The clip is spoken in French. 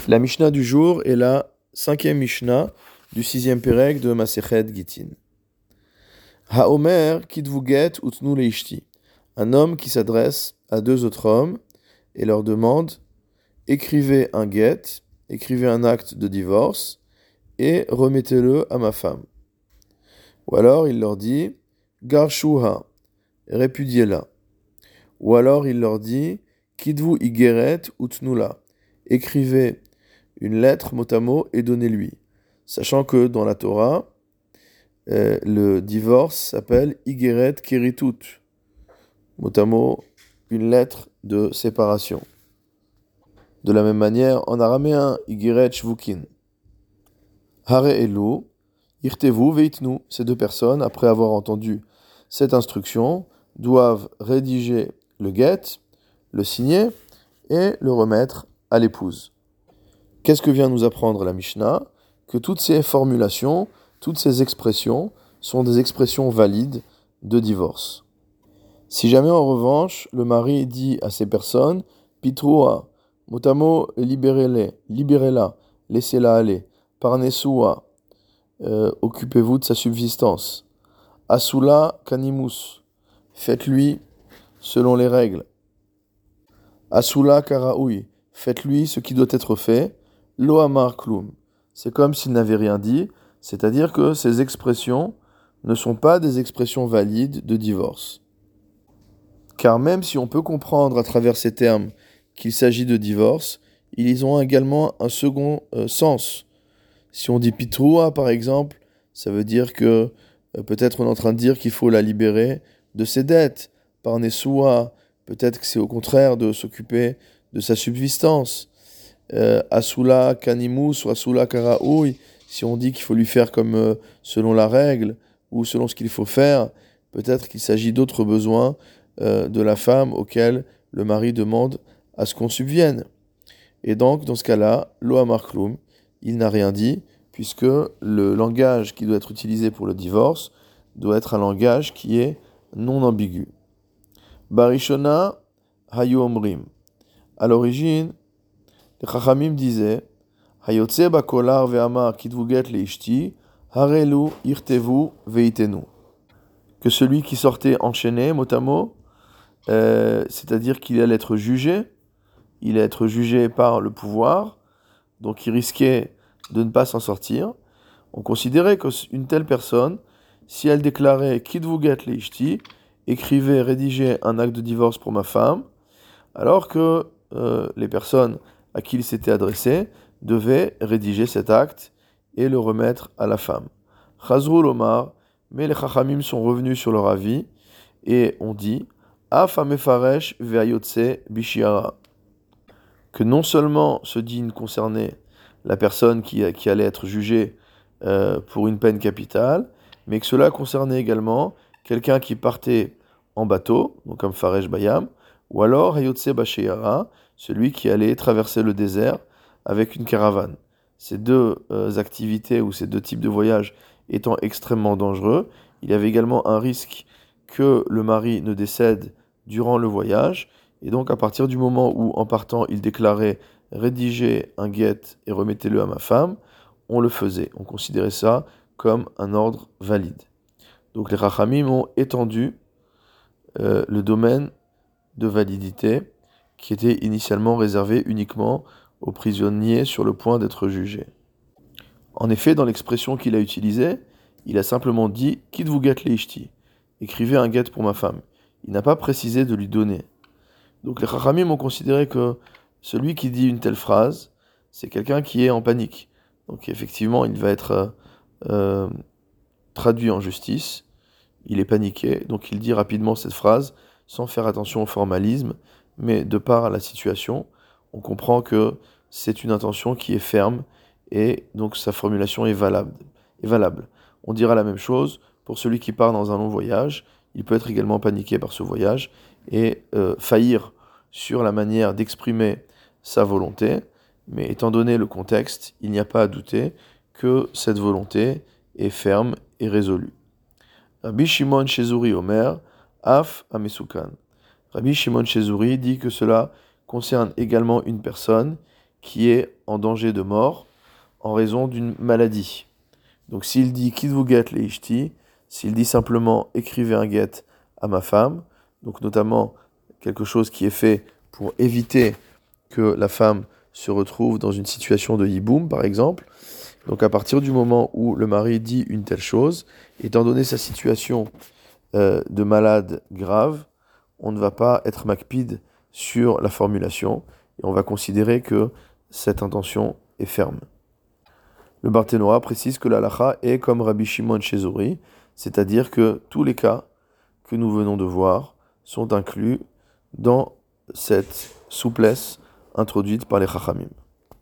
La Mishnah du jour est la cinquième Mishnah du sixième Pérec de Masechet Gittin. Haomer kitvuget utnu leishti. Un homme qui s'adresse à deux autres hommes et leur demande écrivez un get, écrivez un acte de divorce et remettez-le à ma femme. Ou alors il leur dit garshuha, répudiez-la. Ou alors il leur dit kitvu igeret utnula, écrivez une lettre mot à mot et donnez-lui. Sachant que dans la Torah, le divorce s'appelle igeret keritut, mot à mot, une lettre de séparation. De la même manière, en araméen, igeret shvukin. Hare elu, irtevu veitnu. Ces deux personnes, après avoir entendu cette instruction, doivent rédiger le get, le signer et le remettre à l'épouse. Qu'est-ce que vient nous apprendre la Mishnah? Que toutes ces formulations, toutes ces expressions sont des expressions valides de divorce. Si jamais en revanche, le mari dit à ces personnes Pitroua, mot à mot, libérez-la, laissez-la aller, Parnesua, occupez-vous de sa subsistance, Asula kanimus, faites-lui selon les règles, Asula karaoui, faites-lui ce qui doit être fait, Lo amar klum, c'est comme s'il n'avait rien dit, c'est-à-dire que ces expressions ne sont pas des expressions valides de divorce. Car même si on peut comprendre à travers ces termes qu'il s'agit de divorce, ils ont également un second sens. Si on dit pitroua par exemple, ça veut dire que peut-être on est en train de dire qu'il faut la libérer de ses dettes. Par nesua, peut-être que c'est au contraire de s'occuper de sa subsistance. Asula kanimus ou asula karaoui, si on dit qu'il faut lui faire comme selon la règle ou selon ce qu'il faut faire, peut-être qu'il s'agit d'autres besoins de la femme auxquels le mari demande à ce qu'on subvienne. Et donc, dans ce cas-là, lo amar klum, il n'a rien dit, puisque le langage qui doit être utilisé pour le divorce doit être un langage qui est non ambigu. Barishona hayu omrim. À l'origine, les Chachamim disaient Hayotse bakolar ve'amar kitvuget leishti, harelu irtevu veitenu. Que celui qui sortait enchaîné, mot à mot, c'est-à-dire qu'il allait être jugé, il allait être jugé par le pouvoir, donc il risquait de ne pas s'en sortir. On considérait qu'une telle personne, si elle déclarait kitvuget leishti, écrivait, rédigeait un acte de divorce pour ma femme, alors que les personnes à qui il s'était adressé devaient rédiger cet acte et le remettre à la femme. Chazrul Omar, mais les Chachamim sont revenus sur leur avis et ont dit Af amefaresh ve'ayotse bishiara, que non seulement ce dîne concernait la personne qui allait être jugée pour une peine capitale, mais que cela concernait également quelqu'un qui partait en bateau, donc comme Faresh Bayam, ou alors Hayotse Basheyara, celui qui allait traverser le désert avec une caravane. Ces deux activités ou ces deux types de voyages étant extrêmement dangereux, il y avait également un risque que le mari ne décède durant le voyage, et donc à partir du moment où en partant il déclarait rédigez un get et remettez-le à ma femme, on le faisait, on considérait ça comme un ordre valide. Donc les Rachamim ont étendu le domaine de validité qui était initialement réservé uniquement aux prisonniers sur le point d'être jugés. En effet, dans l'expression qu'il a utilisée, il a simplement dit « Kitvuget leishti » écrivez un get pour ma femme. Il n'a pas précisé de lui donner. Donc les Chachamim ont considéré que celui qui dit une telle phrase, c'est quelqu'un qui est en panique. Donc effectivement, il va être traduit en justice, il est paniqué, donc il dit rapidement cette phrase sans faire attention au formalisme, mais de par la situation, on comprend que c'est une intention qui est ferme et donc sa formulation est valable. On dira la même chose pour celui qui part dans un long voyage, il peut être également paniqué par ce voyage et faillir sur la manière d'exprimer sa volonté, mais étant donné le contexte, il n'y a pas à douter que cette volonté est ferme et résolue. Rabbi Shimon Shezuri Omer, Af Amesukan. Rabbi Shimon Shezuri dit que cela concerne également une personne qui est en danger de mort en raison d'une maladie. Donc s'il dit kitvu get leishti, s'il dit simplement écrivez un get à ma femme, donc notamment quelque chose qui est fait pour éviter que la femme se retrouve dans une situation de hiboum par exemple, donc à partir du moment où le mari dit une telle chose, étant donné sa situation de malade grave, on ne va pas être makpid sur la formulation et on va considérer que cette intention est ferme. Le Barthénora précise que la halacha est comme Rabbi Shimon Shezori, c'est-à-dire que tous les cas que nous venons de voir sont inclus dans cette souplesse introduite par les Chachamim.